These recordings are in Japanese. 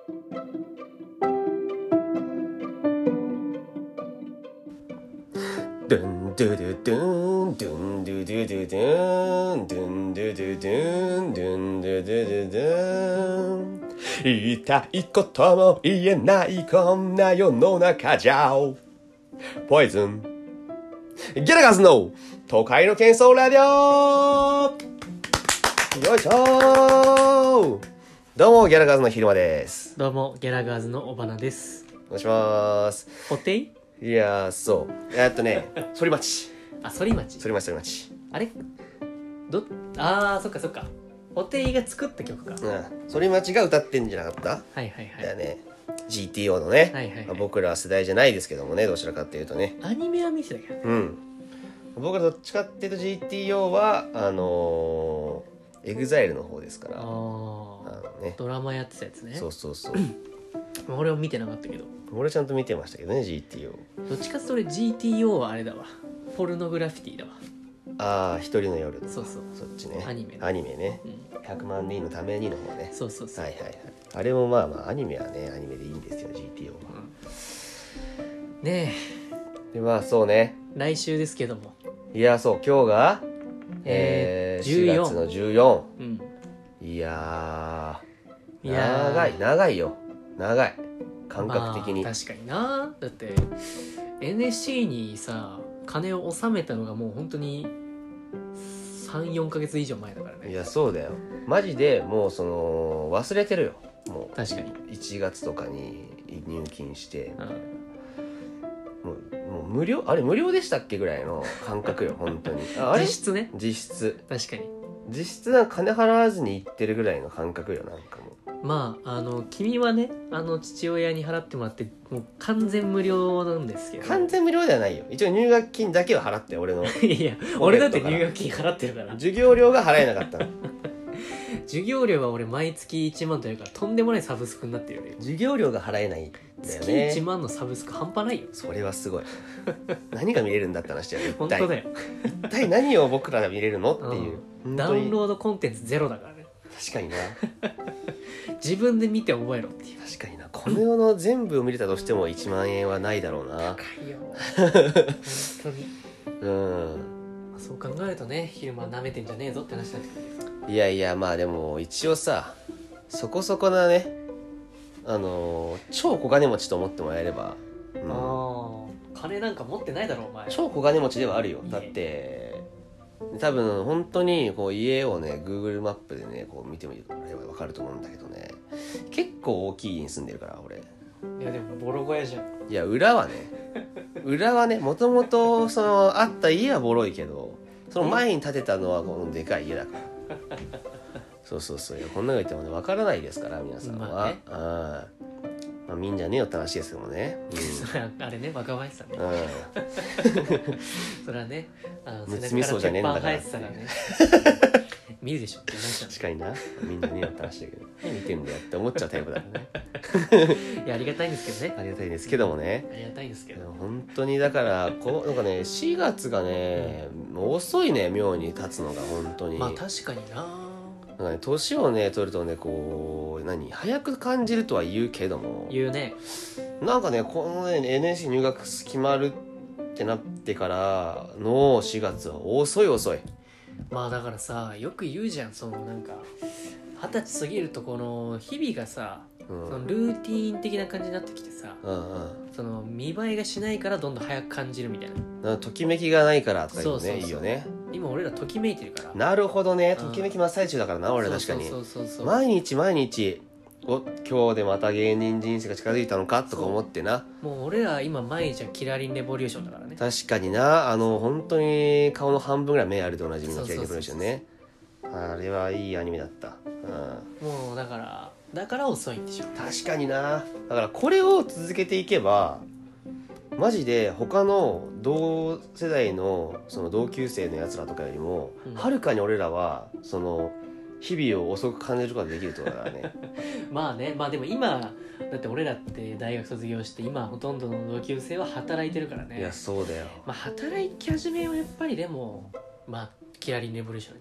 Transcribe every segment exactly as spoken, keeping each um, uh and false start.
ドゥンドゥドゥドゥンドゥンドゥドゥドゥドゥンドゥンドゥドゥドゥンドゥンドゥドゥドゥドゥン言いたいことも言えないこんな世の中じゃポイズンギャラガーズの都会の喧騒ラディオよいしょー。どうもギャラガーズの昼間です。 どうもギャラガーズのおばなです。 お願いします。 ホテイいやーそうえーっとね反町あ、反町反町反町あれどあーそっかそっかホテイが作った曲か。 うん反町が歌ってんじゃなかったはいはいはいだよね ジーティーオー のね、 はいはいはい、 まあ、僕らは世代じゃないですけどもねどちらかっていうとねアニメは見てたけどね。 うん僕らどっちかっていうと ジーティーオー はあのー、エグザイルの方ですからああの、ね、 ドラマやってたやつね。 そうそうそう俺は見てなかったけど俺ちゃんと見てましたけどね ジーティーオー。 どっちかっていうと俺 ジーティーオー はあれだわ、ポルノグラフィティだわ。 ああ一人の夜とかそうそうそっちねアニメアニメね、 うん、 ひゃくまんにんのためにの方ね。 そうそうそう、 はいはいはいあれもまあまあアニメはねアニメでいいんですよ ジーティーオー は、 うん、ねでまあそうねえ来週ですけどもいやそう今日がえー、 えー、しがつのじゅうよん、 うんいやーいやー長い長いよ長い感覚的に、 まあ、確かにな。だって エヌエスシー にさ金を納めたのがもう本当に さん,よん ヶ月以上前だからね。 いやそうだよマジでもうその忘れてるよもう確かに、 いちがつとかに入金してうん、 もうもう無料あれ無料でしたっけぐらいの感覚よ本当にああれ実質ね。 実質確かに実質なんか金払わずに行ってるぐらいの感覚よなんかもうまああの君はねあの父親に払ってもらってもう完全無料なんですけど完全無料ではないよ一応入学金だけは払って俺のいや俺だって入学金払ってるから授業料が払えなかったの授業料は俺毎月いちまんというからとんでもないサブスクになってるよね。 授業料が払えないんだよ月ねいちまんのサブスク半端ないよ。 それはすごい何が見れるんだって話だよ一本体当だよ。 一体何を僕らが見れるのっていう、 うんダウンロードコンテンツゼロだからね。 確かにな自分で見て覚えろっていう。 確かになこの世の全部を見れたとしてもいちまん円はないだろうな高いよ本当にうんそう考えるとね昼間舐めてんじゃねえぞって話になってくるんです。 いやいやまあでも一応さそこそこなねあのー、超小金持ちと思ってもらえれば、うん、 ああ金なんか持ってないだろお前。 超小金持ちではあるよいいねだって多分本当にこう家をね Google マップでねこう見てみれば分かると思うんだけどね結構大きい家に住んでるから俺。 いやでもボロ小屋じゃん。 いや裏はね裏はねもともとそのあった家はボロいけどその前に建てたのはこのでかい家だからそうそうそうこんなの言ってもね分からないですから皆さんは、 まあね、 あまあ見んじゃねえよって話ですけどもね、うん、 それはあれね若林さんね、 うんそれはねあのむつみそうじゃねえんだから背中から鉄板生えてたからね見るでしょって話なん確かになみんなねえよって話だけど何見てんだよって思っちゃうタイプだからねいやありがたいんですけどね。 ありがたいですけどもねありがたいんですけど本当にだからこうなんかねしがつがねもう遅いね妙に経つのが本当にまあ確かにな。 なんかね年をね取るとねこう何早く感じるとは言うけども言うね。 なんかねこのね エヌエスシー 入学決まるってなってからのしがつは遅い遅い。 まあだからさよく言うじゃんそのなんか二十歳過ぎるとこの日々がさ、うん、そのルーティーン的な感じになってきてさ、うんうん、その見栄えがしないからどんどん早く感じるみたいな。 なときめきがないからとか言うね。 そうそうそういいよね。 今俺らときめいてるから。 なるほどねときめき真っ最中だからな、うん、俺確かにそうそうそうそう毎日毎日お今日でまた芸人人生が近づいたのかとか思ってな。 もう俺ら今毎日はキラリンレボリューションだからね。 確かになあの本当に顔の半分ぐらい目あるでおなじみのキラリンレボリューションね。あれはいいアニメだった、 うん、もうだからだから遅いんでしょ。 確かにな。だからこれを続けていけばマジで他の同世代のその同級生のやつらとかよりもはる、うん、かに俺らはその日々を遅く感じることができるってことだからねまあねまあでも今だって俺らって大学卒業して今ほとんどの同級生は働いてるからね。 いやそうだよ。 まあ働き始めはやっぱりでもまあキラリンレボリューションじゃない。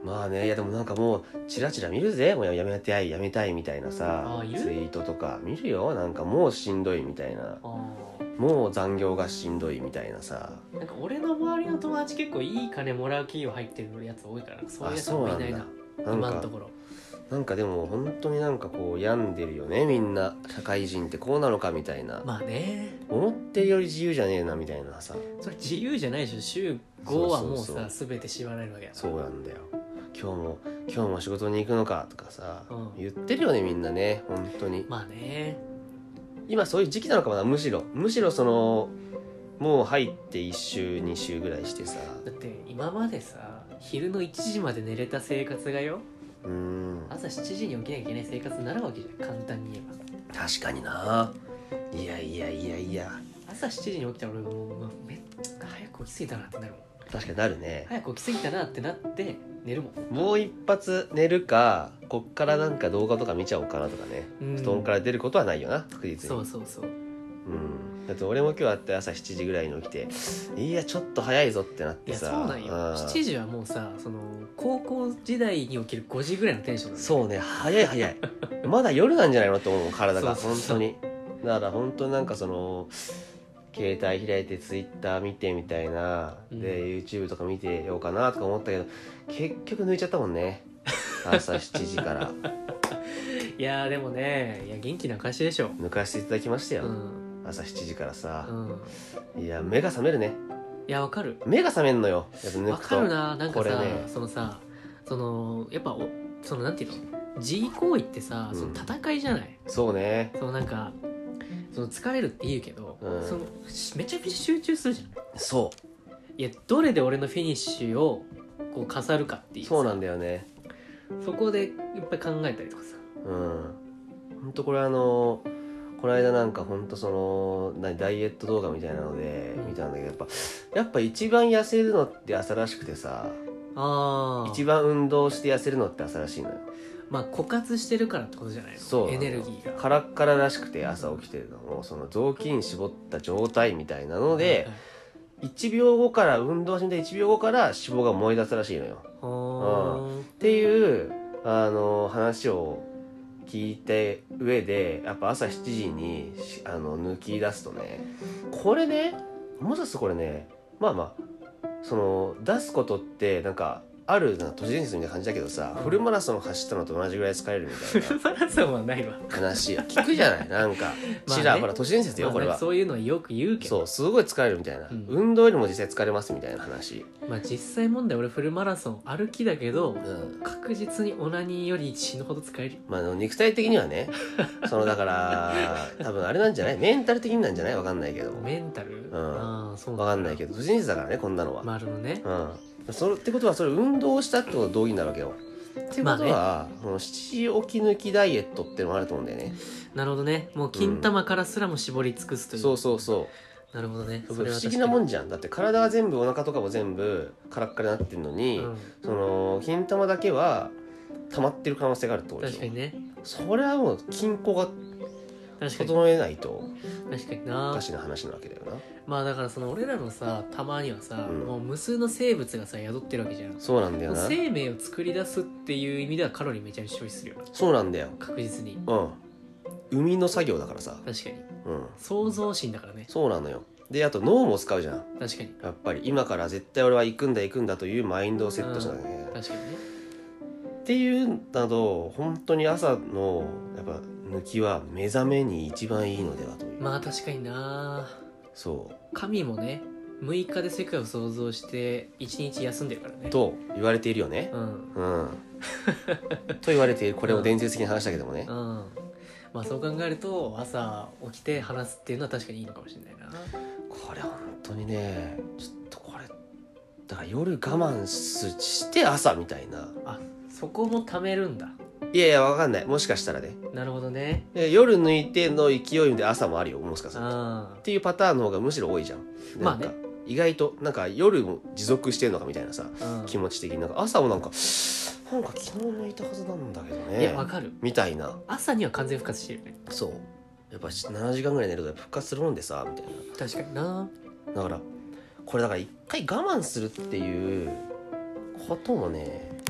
まあね、いやでもなんかもうチラチラ見るぜ、もうやめたいやめたいみたいなさあいるツイートとか見るよ。なんかもうしんどいみたいな、 あもう残業がしんどいみたいなさ。 なんか俺の周りの友達結構いい金もらう企業入ってるやつ多いからそういうやつはあんまいないな。 なんか今のところなんかでも本当になんかこう病んでるよね、みんな。社会人ってこうなのかみたいな、 まあね、 思ってるより自由じゃねえなみたいなさ。 それ自由じゃないでしょ。週ごはもうそうそうさ全て縛られるわけやから。 そうなんだよ。今日も今日も仕事に行くのかとかさ、 うん言ってるよねみんなね、本当に。 まあね、 今そういう時期なのかもな。むしろむしろそのもう入っていっ週に週ぐらいしてさ。 だって今までさ昼のいちじまで寝れた生活がよ、 うーん朝しちじに起きなきゃいけない生活になるわけじゃん、簡単に言えば。 確かにな。いやいやいやいや、 朝しちじに起きたら俺もううわめっ早く起きすぎたなってなるもん。 確かになるね。 早く起きすぎたなってなって寝るもん。 もう一発寝るか、こっからなんか動画とか見ちゃおうかなとかね、 うん布団から出ることはないよな、確実に。 そうそうそう。 うん、だって俺も今日あって朝しちじぐらいに起きて、いやちょっと早いぞってなっいやてさ。 そうなんよ、 うんしちじはもうさその高校時代に起きるごじぐらいのテンションなんだよ。 そうね、早い早いまだ夜なんじゃないのって思う、体が。 そうそうそう本当に。だから本当になんかその携帯開いてツイッター見てみたいな、 うんで YouTube とか見てようかなとか思ったけど、結局抜いちゃったもんね、朝しちじからいやーでもね、いや元気な証でしょ。 抜かしていただきましたよ、 うん朝しちじからさう、ん。 いや目が覚めるね。 いやわかる。 目が覚めんのよ、やっぱ抜くと。 わかるな。なんかさ、 これね、 そのさそのやっぱおそのなんていうの自慰行為ってさ、 うんその戦いじゃない。 そうね。 そのなんかその疲れるって言うけど、 うんそのめちゃくちゃ集中するじゃん。 そいやどれで俺のフィニッシュをこう飾るかっていうさ、 うそうなんだよね。 そこでいっぱい考えたりとかさ。 うんほんとこれあのこの間なんかほんとその何ダイエット動画みたいなのでうん見たんだけど、やっぱやっぱ一番痩せるのって朝らしくてさ、 ああ一番運動して痩せるのって朝らしいのよ。 まあ枯渇してるからってことじゃないの。 そうエネルギーがカラッカラらしくて、朝起きてるのもその雑巾絞った状態みたいなので、いちびょうごから運動してみたいちびょうごから脂肪が燃え出すらしいのよ。 はっていうあの話を聞いて上で、やっぱ朝しちじにしあの抜き出すとね、これね、もう一つこれね、まあまあその出すことってなんかあるなんか都市伝説みたいな感じだけどさ、フルマラソン走ったのと同じぐらい疲れるみたいなマラソンはないわ。 話聞くじゃない。なんかまあねちらほら都市伝説よ、 まあこれは。 そういうのはよく言うけど、 そうすごい疲れるみたいな、 うん運動よりも実際疲れますみたいな話。 まあ実際問題俺フルマラソン歩きだけど、 うん確実にオナニーより死ぬほど使えるよ。 まあ、あの肉体的にはねそのだから多分あれなんじゃない、メンタル的になんじゃない、わかんないけど、 メンタル、 んああそうわかんないど。 けど都市伝説だからね、こんなのは。 丸のね、 うん、それってことはそれ運動したってことと同義になるわけよ。ってことは、そのしちじ起き抜きダイエットっていうのもあると思うんだよね。 なるほどね。もう金玉からすらも絞り尽くすという、 そうそうそなるほどね。 う。 それは不思議なもん、 んじゃん。だって体は全部、お腹とかも全部カラッカラになってるのに、 うん、 その金玉だけは溜まってる可能性があるってことでしょ。 確かにね。 それはもう均衡が確かに整えないと確かにおなか。しな話なわけだよな。 まあだからその俺らのさ玉にはさ、 うんもう無数の生物がさ宿ってるわけじゃん。 そうなんだよな。 生命を作り出すっていう意味ではカロリーめちゃめちゃ消費するよな、 そうなんだよ。 確実に。 うん。生みの作業だからさ。 確かにうん。 創造心だからね。 そうなのよ。で、あと脳も使うじゃん。 確かにやっぱり今から絶対俺は行くんだ行くんだというマインドをセットしなきゃいけない。 確かにね。 っていうなど、本当に朝のやっぱ抜きは目覚めに一番いいのではという。 まあ確かにな。 そう。 神もねむいかで世界を創造していちにち休んでるからね。 と言われているよね。 うんうん。と言われている。これも伝説的な話だけどもね。 うんまあそう考えると朝起きて話すっていうのは確かにいいのかもしれないな。 これ本当にね、ちょっとこれだから夜我慢すして朝みたいな。 あそこも貯めるんだ。 いやいやわかんない。もしかしたらね。 なるほどね。 で夜抜いての勢いで朝もあるよ、もしかすると。 あっていうパターンの方がむしろ多いじゃん。 まあねなんか意外となんか夜も持続してるのかみたいなさ、 あ、うん、 気持ち的になんか朝もなんかなんか昨日抜いたはずなんだけどね、 いやわかる。 みたいな。 朝には完全復活してるよね。 そうやっぱしななじかんぐらい寝ると復活するもんでさみたい確かにな。 な。だからこれだから一回我慢するっていうこともね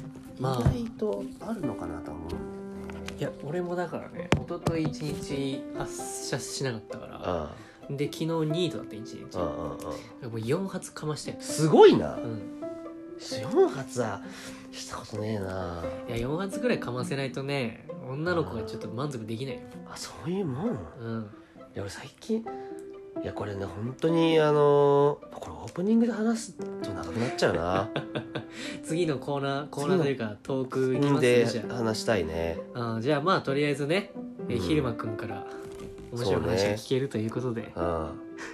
まあ意外とあるのかなと思うんだよね。 いや俺もだからね一昨日一日発射しなかったからあで昨日ニートだったいちにちあああもうよん発かましてんすごいな、 うん、 よん発はしたことねえな。 いやよん発ぐらいかませないとね女の子がちょっと満足できないよ。 あそういうもん。 うんいや俺最近いやこれね本当にあのー、これオープニングで話すと長くなっちゃうな次のコーナーコーナーというかトークいきますでねじゃあ話したいね。 あじゃあまあとりあえずね、えうんひるまくんから面白い話が聞けるということで、 あ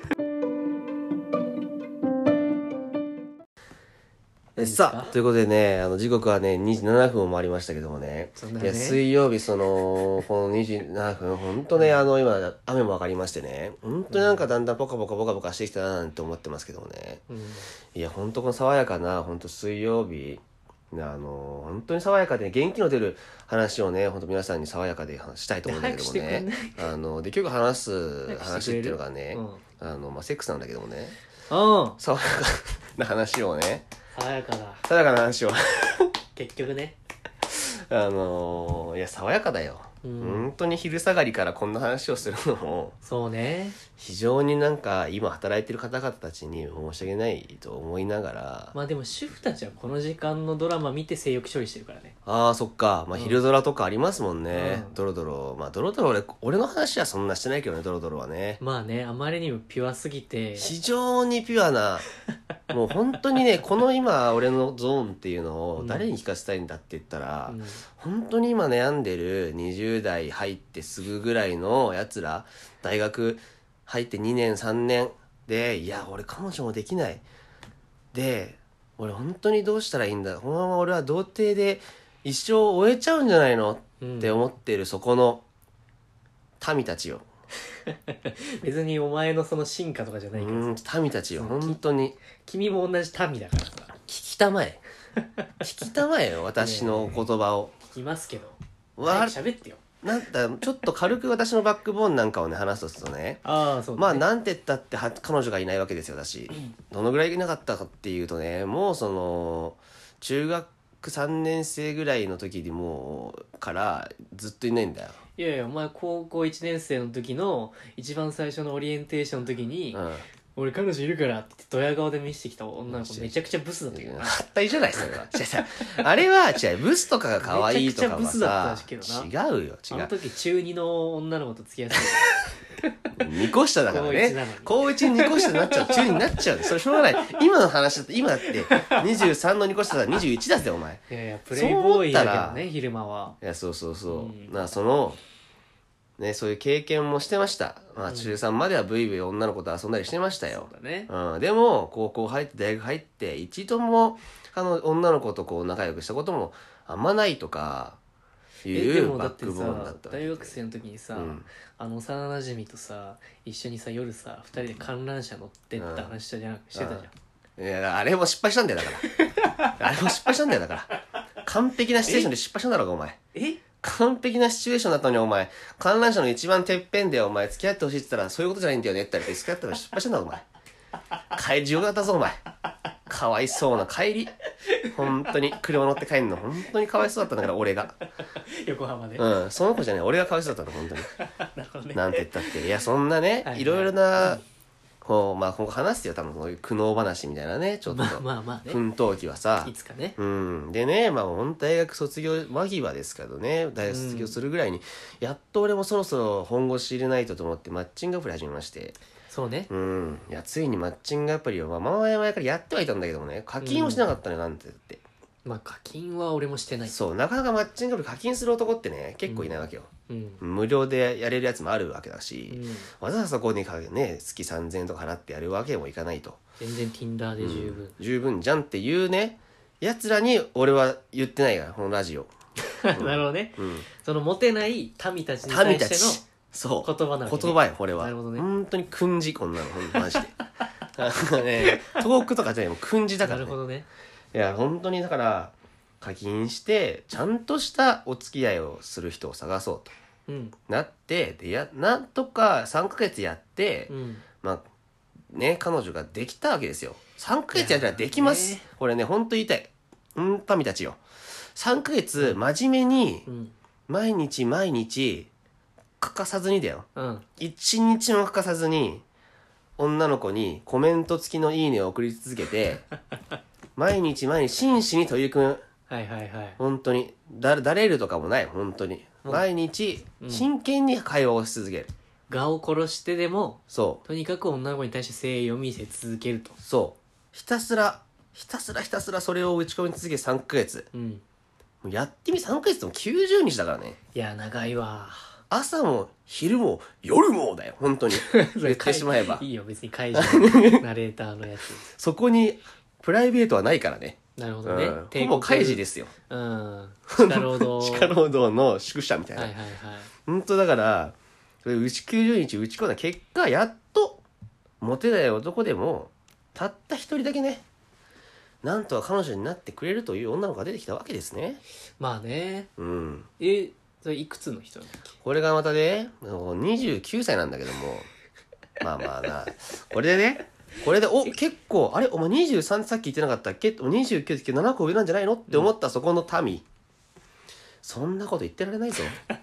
あさあということでねあの時刻はねにじななふんを回りましたけどもね、 そんなねいや水曜日そのこのにじななふん本当ねあの今雨も上がりましてね本当になんかだんだんポカポカポカポカしてきたななんて思ってますけどもね、 うん、 いや本当この爽やかな本当水曜日あの本当に爽やかで、ね、元気の出る話をね本当皆さんに爽やかで話したいと思うんだけどもねあので今日話す話っていうのがね、うん、あのまあセックスなんだけどもねあ爽やかな話をね爽やかだ爽やかな話を結局ねあのー、いや爽やかだよ、うん、本当に昼下がりからこんな話をするのもそうね非常になんか今働いてる方々たちに申し訳ないと思いながらまあでも主婦たちはこの時間のドラマ見て性欲処理してるからね。 ああそっか、まあ、昼ドラとかありますもんね、 うん、 ドロドロまあドロドロ俺俺の話はそんなしてないけどねドロドロはねまあねあまりにもピュアすぎて非常にピュアなもう本当にねこの今俺のゾーンっていうのを誰に聞かせたいんだって言ったら、うん、本当に今悩んでるにじゅう代入ってすぐぐらいのやつら大学入ってにねんさんねんでいや俺彼女もできないで俺本当にどうしたらいいんだこのまま俺は童貞で一生終えちゃうんじゃないの、うん、って思ってるそこの民たちよ別にお前のその進化とかじゃないけどうん民たちよ本当に君も同じ民だからさ聞きたまえ聞きたまえよ私の言葉をいますけどわ喋ってよなんだちょっと軽く私のバックボーンなんかをね話すとねあそう、ね、 まあなんて言ったっては彼女がいないわけですよ私、うん、どのぐらいいなかったかっていうとねもうその中学さんねん生ぐらいの時にもうからずっといないんだよ。 いやいやお前高校いちねん生の時の一番最初のオリエンテーションの時に、うん、俺彼女いるからってドヤ顔で見せてきた女の子めちゃくちゃブスだったけどな。 あったいじゃないそれは違うあれは違うブスとかが可愛いとかはさ違うよ違う。 あの時中にの女の子と付き合ってにこ下だからね高いちににこ下になっちゃう中になっちゃうそれしょうがない今の話だって今だってにじゅうさんのにこ下だにじゅういちだぜお前。 いやいやプレイボーイだけどね昼間はいやそうそうそう、うん、なそのね、そういう経験もしてました。まあ、中さんまではブイブイ女の子と遊んだりしてましたよ。 そうだね。 うん。でも、高校入って大学入って、一度も、あの、女の子とこう仲良くしたこともあんまないとか、いうバックボーンだった。 大学生の時にさ、うん、あの、幼馴染とさ、一緒にさ、夜さ、二人で観覧車乗ってった話したじゃん、うん、してたじゃん。 いや、あれも失敗したんだよ、だから。あれも失敗したんだよ、だから。完璧なシチュエーションで失敗したんだろうが、お前。 え完璧なシチュエーションだったのにお前観覧車の一番てっぺんでお前付き合ってほしいって言ったらそういうことじゃないんだよねって言って付き合ったら失敗したんだお前帰り地獄だったぞお前かわいそうな帰り本当に車乗って帰るの本当にかわいそうだったんだから俺が横浜でうんその子じゃない俺がかわいそうだったの本当になるほど、ね、 なんて言ったっていやそんなね、はいはい、いろいろなこうまあ今後話すよ多分こういう苦悩話みたいなねちょっとまあまあまあね奮闘期はさいつかねうんでねまあ本当大学卒業間際ですけどね大学卒業するぐらいに、うん、やっと俺もそろそろ本腰入れないとと思ってマッチングアプリ始めましてそうねうんいやついにマッチングアプリを、まあ、前々からやってはいたんだけどもね課金をしなかったのよ、うん、なんて言ってまあ課金は俺もしてないそうなかなかマッチングアプリ課金する男ってね結構いないわけよ、うん、無料でやれるやつもあるわけだし、うん、わざわざそこにね月さんぜんえんとか払ってやるわけにもいかないと全然 Tinder で十分、うん、 十分じゃんっていうねやつらに俺は言ってないからこのラジオ、 うん、なるほどね、うん、そのモテない民たちに対してのそう言葉なわけ、ね、 言葉よこれはなるほどね本当に訓示こんなのほんとマジでね、トークとかじゃないもう訓示だから、ね、 なるほどねいや本当にだから課金してちゃんとしたお付き合いをする人を探そうと、うん、なってでやなんとかさんかげつやって、うん、まあね彼女ができたわけですよ。さんかげつやったらできます。これね本当言いたいうん民たちよさんかげつ真面目にうん毎日毎日欠かさずにだよ、 うん一日も欠かさずに女の子にコメント付きのいいねを送り続けて毎日毎日真摯に取り組む。 はいはいはい本当にだだれるとかもない。本当にうん毎日うん真剣に会話をし続ける、 我を殺してでもそとにかく女の子に対して誠意を見せ続けると。 うそうひたすらひたすらひたすらそれを打ち込み続けさんかげつ。 うんもうやってみさんかげつでもきゅうじゅうにちだからね。 いや長いわ朝も昼も夜もだよ本当に言ってしまえばいいよ別に会場のナレーターのやつそこにプライベートはないからね。 なるほどね、 うん、ほぼ開示ですよ。 うん地下労働地下労働の宿舎みたいな、 はいはいはい本当だからそれうちきゅうじゅうにち打ち込んだ結果やっとモテない男でもたった一人だけねなんとか彼女になってくれるという女の子が出てきたわけですね。 まあねうんえそれいくつの人なんだっけ。 これがまたねにじゅうきゅうさいなんだけどもまあまあなこれでねこれでお結構あれお前にじゅうさんってさっき言ってなかったっけにじゅうきゅうってななこ上なんじゃないのって思ったそこの民、そんなこと言ってられないぞ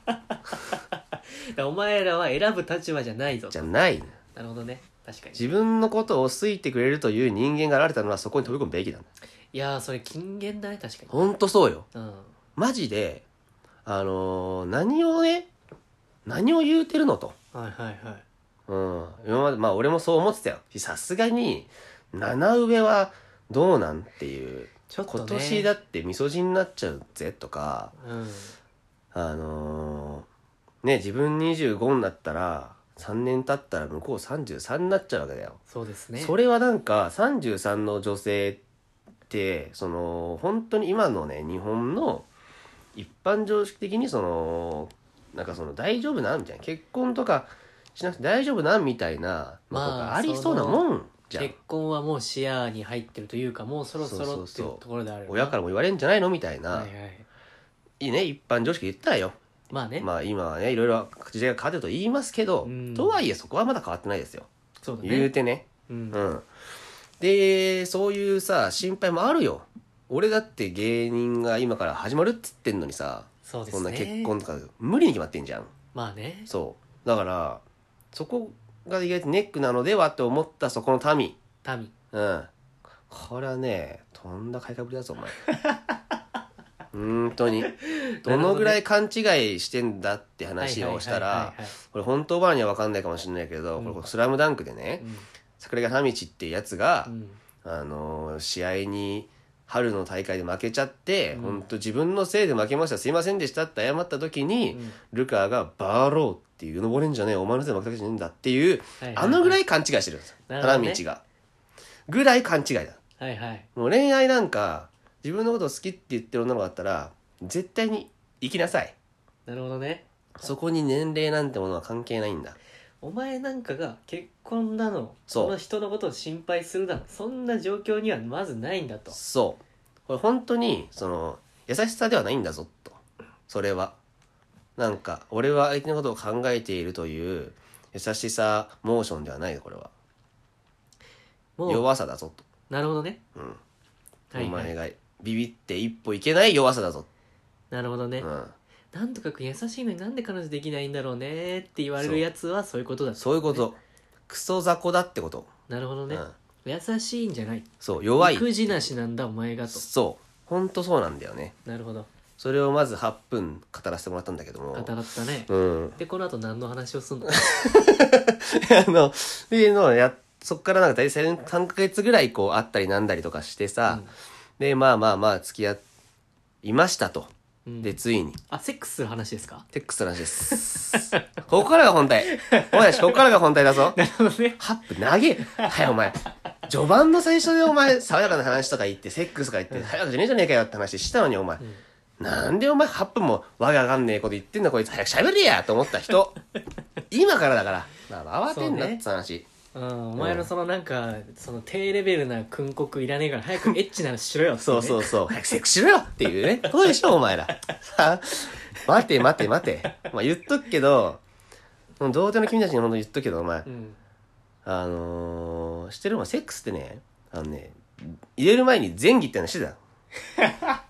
お前らは選ぶ立場じゃないぞじゃない。 なるほどね確かに。 自分のことを好いてくれるという人間が現れたのはそこに飛び込むべきなんだ。 いやーそれ金言だね確かに。 ほんとそうようんマジであのー、何をね何を言うてるのと。 はいはいはいうん今までまあ俺もそう思ってたよ。さすがに七上はどうなんっていうちょっとね今年だってみそじになっちゃうぜとかうんあのー、ね自分にじゅうごになったらさんねん経ったら向こうさんじゅうさんになっちゃうわけだよ。 そうですね。 それはなんかさんじゅうさんの女性ってその本当に今のね日本の一般常識的にそのなんかその大丈夫なんみたいな結婚とかしなくて大丈夫なんみたいなのとかありそうなもんじゃん、 結婚はもう視野に入ってるというかもうそろそろそうそうそうっていうところである。 親からも言われんじゃないのみたいな、 はいはいいいね一般常識で言ったらよ。 まあね、 まあ今はねいろいろ時代が変わってると言いますけど、 うんとはいえそこはまだ変わってないですよ、 そうだね言うてね。 うんうんでそういうさ心配もあるよ。俺だって芸人が今から始まるって言ってんのにさそうですね。 そんな結婚とか無理に決まってんじゃん。 まあねそうだからそこが意外とネックなのではって思ったそこの民民うんこれはねとんだ買いかぶりだぞお前本当にどのぐらい勘違いしてんだって話をしたらはいはいはいはいはいこれ本当バーには分かんないかもしれないけど、 うんこれスラムダンクでね、桜木花道っていうやつが、 うんあのー試合に春の大会で負けちゃって、 うん本当自分のせいで負けましたすいませんでしたって謝った時に、 うんルカがバーローっていううのぼれんじゃねえお前のせいで負けたわけじゃねえんだっていう、 はいはいはいあのぐらい勘違いしてるんですよ、 なるほどね花道がぐらい勘違いだ。 はいはいもう恋愛なんか自分のことを好きって言ってる女の子だったら絶対に生きなさい。 なるほどね。 そこに年齢なんてものは関係ないんだ。 お前なんかが結婚だのそうその人のことを心配するだのそんな状況にはまずないんだと。 そうこれ本当にその優しさではないんだぞと。それはなんか俺は相手のことを考えているという優しさモーションではない。これはもう弱さだぞと。 なるほどね。 うんはいはいお前がビビって一歩いけない弱さだぞ。 なるほどね、 うんなんとかく優しいのになんで彼女できないんだろうねって言われるやつはそういうことだ、 そういうことクソ雑魚だってこと。 なるほどね、 うん優しいんじゃないそう弱い育児なしなんだお前がと。 そう本当そうなんだよね。 なるほどそれをまずはっぷん語らせてもらったんだけども語らったね、 うんでこの後何の話をすんのあのっていうのをやそっからなんか大体さんかげつぐらいこう会ったりなんだりとかしてさ、でまあまあまあ付き合いましたと、 うんでついにあセックスする話ですか。 テックスの話ですここからが本体お前たちここからが本体だぞ。 なるほどね。 はっぷん長えはいお前序盤の最初でお前爽やかな話とか言ってセックスとか言って早くじゃねえじゃねえかよって話したのにお前、なんでお前はっぷんもわけわかんねえこと言ってんだこいつ早く喋れやと思った人今からだから、まあ、慌てんなって話、 うん、お前のそのなんか、その低レベルな訓告いらねえから早くエッチなのしろよって、ね、 そうそうそう早くセックスしろよっていうねことでしょお前らさあ待て待て待て、まあ、言っとくけど童貞の君たちにほんと言っとくけどお前、 うんあのー、知ってるお前セックスってねあのね入れる前に前儀ってのしてた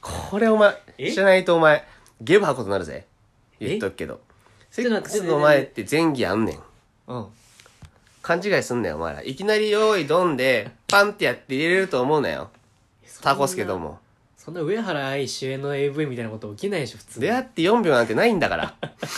これお前え知らないとお前ゲブ吐くことになるぜ。 え言っとくけどセちょっと待ってックスの前って前儀あんねん。 うん勘違いすんなよお前ら。いきなり用意ドンでパンってやって入れれると思うなよ。タコスケども。 そんな上原愛主演の エーブイ みたいなこと起きないでしょ普通。 出会ってよんびょうなんてないんだから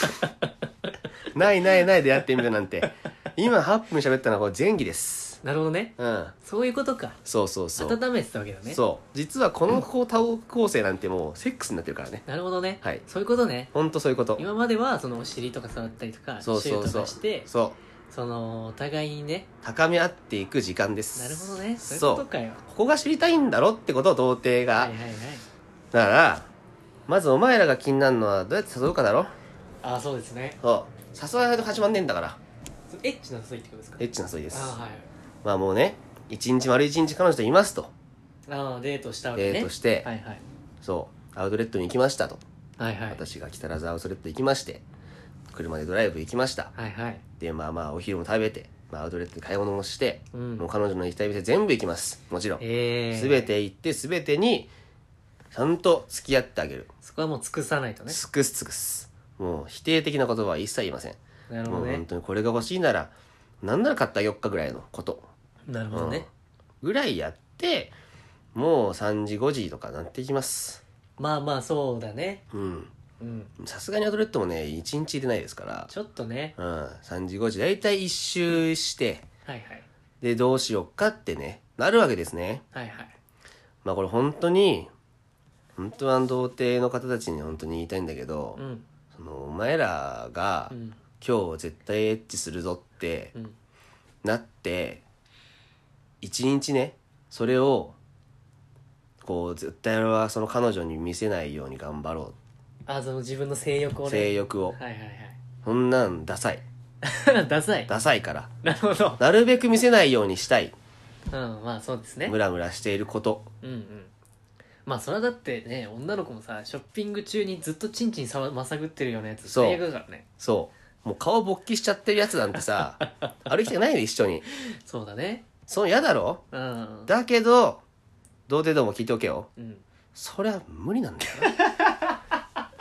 ないないない出会ってみるなんて。今はっぷん喋ったのはこれ前儀です。 なるほどね。 うんそういうことか。 そうそうそう温めてたわけだね。 そう実はこのこうタオ構成なんてもうセックスになってるからね。 なるほどね。 はいそういうことね。 ほんとそういうこと。 今まではそのお尻とか触ったりとかそうそうそうシューとかしてそうそのお互いにね。 高め合っていく時間です。 なるほどね。そういうことかよ。 ここが知りたいんだろってことを童貞が、 はいはいはい。 だからまずお前らが気になるのはどうやって誘うかだろ。 ああそうですね。 そう誘わないと始まんねえんだから。 エッチな誘いってことですか。 エッチな誘いです。 ああはい。 まあもうね一日丸一日彼女といますと。 ああデートしたわけね。 デートして、 はいはいそうアウトレットに行きましたと。 はいはい私が木更津アウトレット行きまして車でドライブ行きました。 はいはい。 でまあまあお昼も食べて、まあ、アウトレットで買い物もして、 うんもう彼女の行きたい店全部行きます。もちろんええー。 全て行って全てにちゃんと付き合ってあげる。 そこはもう尽くさないとね。 尽くす尽くす。もう否定的な言葉は一切言いません。 なるほどねもう本。当にこれが欲しいならなんなら買ってあげよっかぐらいのことなるほどね。 ぐらいやってもうさんじごじとかなっていきます。 まあまあそうだね。 うんうん。 さすがにアウトレットもねいちにち入れないですからちょっとね。 うんさんじごじだいたい一周してはいはいでどうしよっかってねなるわけですね。 はいはい。 まあこれ本当に本当は童貞の方たちに本当に言いたいんだけど、 うんそのお前らが、 うん今日絶対エッチするぞってうん。 なって一日ねそれをこう絶対俺はその彼女に見せないように頑張ろあその自分の性欲をう。 ね。 性欲をはいはいそんなんダサいはい。ダサい。 ダサいからなるほど。 なるべく見せないようにしたい。 うんまあそうですね。 ムラムラしていることうんうん。まあそれはだってね女の子もさショッピング中にずっとチンチンさまさぐってるようなやつそう最悪だからね。 そうもう顔勃起しちゃってるやつなんてさ歩きたくないで一緒にそうだね。 そう嫌だろ。 うんだけど童貞ども聞いておけようん。 そりゃ無理なんだよな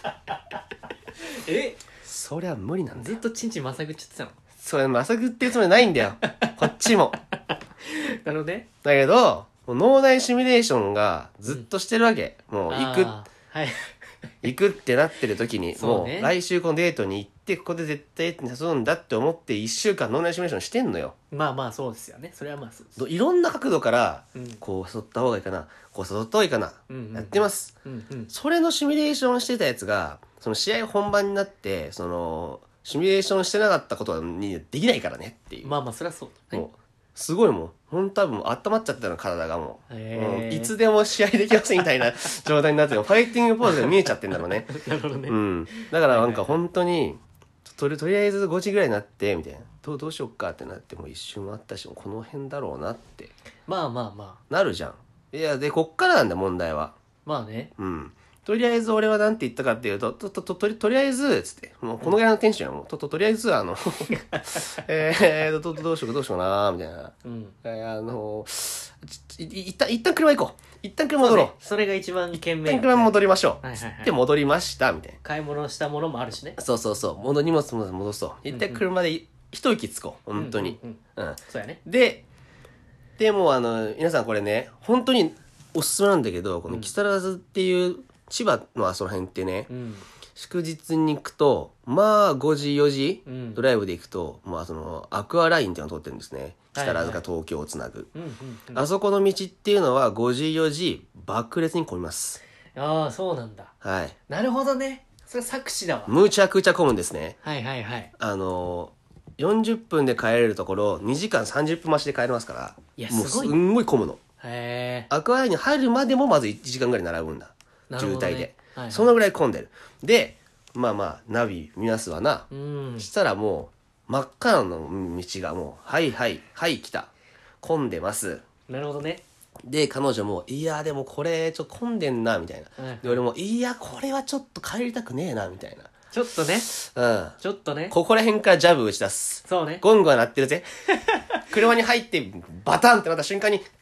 えそりゃ無理なんだよ。 ずっとチンチンまさぐっちゃってたの。 それまさぐっていうつもりないんだよこっちもなるほどね。 だけどもう脳内シミュレーションがずっとしてるわけ、もう行くあーはい。 行くってなってる時に、 そうねもう来週このデートに行ってここで絶対に誘うんだって思っていっしゅうかん脳内シミュレーションしてんのよ。 まあまあそうですよね。それはまあそうです。 どいろんな角度からうんこう誘った方がいいかなこう誘った方がいいかな、 うんうんやってます。 うんうん。 それのシミュレーションしてたやつがその試合本番になってそのシミュレーションしてなかったことにできないからねっていう、 まあまあそれはそうだね。 もうすごいもうほんと多分温まっちゃってたの体がもう、 へーうんいつでも試合できますみたいな状態になってるファイティングポーズが見えちゃってんだろうねなるほどね。 うんだからなんか本当にとりとりあえずごじぐらいになってみたいなどうどうしよっかってなってもう一瞬もあったしもうこの辺だろうなってまあまあまあ。 なるじゃん。いやでこっからなんだ問題は。 まあね。 うんとりあえず俺はなんて言ったかっていうとととととりとりあえずつってもうこのぐらいのテンションやもうとととりあえずあのえーどどどうしようかどうしようかなみたいな、 うん。 えーあのちいい一旦一旦車行こう一旦車戻ろうそれが一番賢明。 一旦車戻りましょう、 はいはいはいで戻りましたみたい買い物したものもあるしね。 なそうそうそう戻荷物も戻そう一旦車で一息つこう本当にうんうんうんうんそうやね。 ででもあの皆さんこれね本当におすすめなんだけどこの木更津っていう千葉のあその辺ってね、 うん。 祝日に行くとまあごじよじ、 うんドライブで行くと、まあ、そのアクアラインっていうのを通ってるんですね木はいはい更津か東京をつなぐ、 うんうんうん。 あそこの道っていうのはごじよじ爆裂に混みます。 ああ、そうなんだ。 はいなるほどね。それ作詞だわ。 むちゃくちゃ混むんですね。 はいはいはい。 あのよんじゅっぷんで帰れるところにじかんさんじゅっぷん待ちで帰れますからいやもうすごいねすんごい混むの。 へえ。 アクアラインに入るまでもまずいちじかんぐらい並ぶんだ、渋なるほどね滞で、 はいはいそのぐらい混んでる。でまあまあナビ見ますわな、 うんそ。したらもう真っ赤な道がもうはいはいはい来た混んでます。 なるほどね。 で彼女もいやでもこれちょっと混んでんなみたいな、 はいで俺もいやこれはちょっと帰りたくねえなみたいちょっとね。 な、うんちょっとね。 ここら辺からジャブ打ち出す。 そうね。 ゴングが鳴ってるぜ車に入ってバタンってなった瞬間にガンっ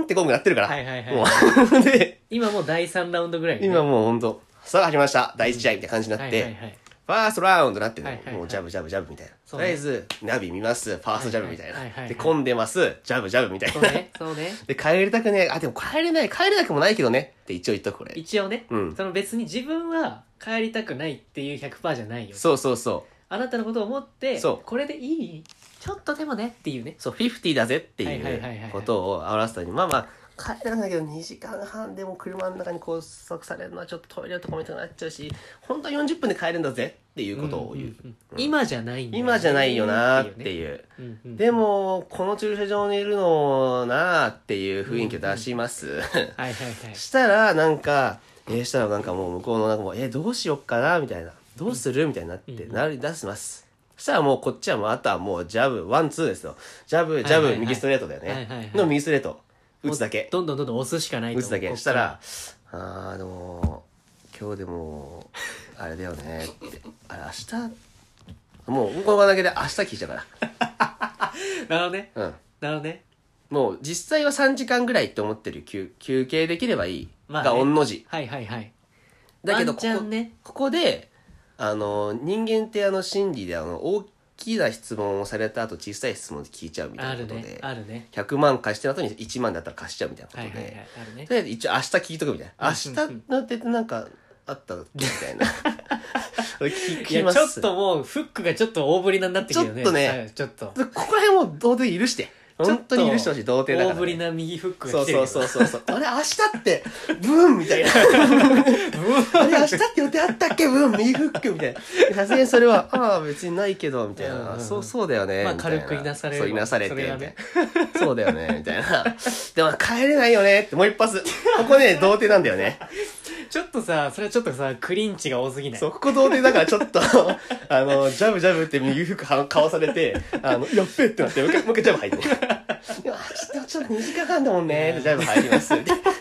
ってゴング鳴ってるから。 はいはいはいもうで、 今もうだいさんラウンドぐらいにね、 今もうほんと、さあ始まりました。だいいち試合みたいな感じになって、 はいはいはい、 ファーストラウンドなってね、 はいはいはいもうジャブジャブジャブみたいな。 そうねとりあえず、ナビ見ます、ファーストジャブみたいな。 はいはいはいはいで、混んでます、ジャブジャブみたいな。 そうねそうねで、帰りたくねえ、あ、でも帰れない、帰れなくもないけどねって一応言っとく、これ。 一応ね、 うんその別に自分は帰りたくないっていう ひゃくパーセント じゃないよ。 そうそうそう。 あなたのことを思ってそうこれでいいちょっとでもねっていうね。 そう、フィフティだぜってはいはいはいはいはいいうことを表すために、まあまあ、帰れなくないけどにじかんはんでも車の中に拘束されるのはちょっとトイレとかも痛くなっちゃうし、本当はよんじゅっぷんで帰れるんだぜっていうことを言う。 んんん今じゃないんだよね今じゃないよなーっていう。 うんうんうんでも、この駐車場にいるのなーっていう雰囲気を出します。 はいはいはいしたら、なんか、えー、したらなんかもう向こうのなんかもう、えー、どうしよっかなみたいな。どうするみたいになって、 うんなり出します。そしたらもうこっちはもうあとはもうジャブ、ワン、ツーですよ。ジャブ、ジャブ、 はいはいはい右ストレートだよね。 はいはいはいの右ストレート。打つだけ。 どんどんどんどん押すしかないと思う打つだけ。 こっしたら、あー、でも、今日でも、あれだよねって。あれ、明日、もう、この場だけで明日聞いちゃうかなるほどねら。うん。 なるほどねもう、実際はさんじかんぐらいって思ってる休休憩できればいい。 まあねが、御の字。 はいはいはいだけど、 ワンチャンねここ、ここで、あの、人間ってあの、心理であの、大きな質問をされた後、小さい質問で聞いちゃうみたあるいなことで、 ねあるねひゃくまん貸してる後にいちまんだったら貸しちゃうみたいなことで、 はいはいはいあるねとりあえず一応明日聞いとくみたいな。明日のってなんかあったっけみたいな。聞いきます。 やちょっともうフックがちょっと大振りになってきてるよねちょっとねはいちょっとここら辺も童貞許して。本当に許してほしい、童貞だから、ね。 大振りな右フックがそう来てるそうそうそうそう。あれ明日って、ブーンみたいな。あれ明日って予定あったっけブーン右フックみたいな。さすがにそれは、ああ別にないけど、みたいな。 うんうんうんそう、そうだよね。 まあみたいな軽くいなされるそう、いなされて、みたいなそれはね。 そうだよね、みたいな。でも帰れないよねって、もう一発。ここね、童貞なんだよね。 ちょっとさそれはちょっとさクリンチが多すぎないそう、ここ童貞だからちょっと、あの、ジャブジャブって右フックはかわされて、あの、やっべえってなって、もう一回、もう一回ジャブ入って。でも、明日ちょっとにじかんはんだもんね。ジャブ入ります。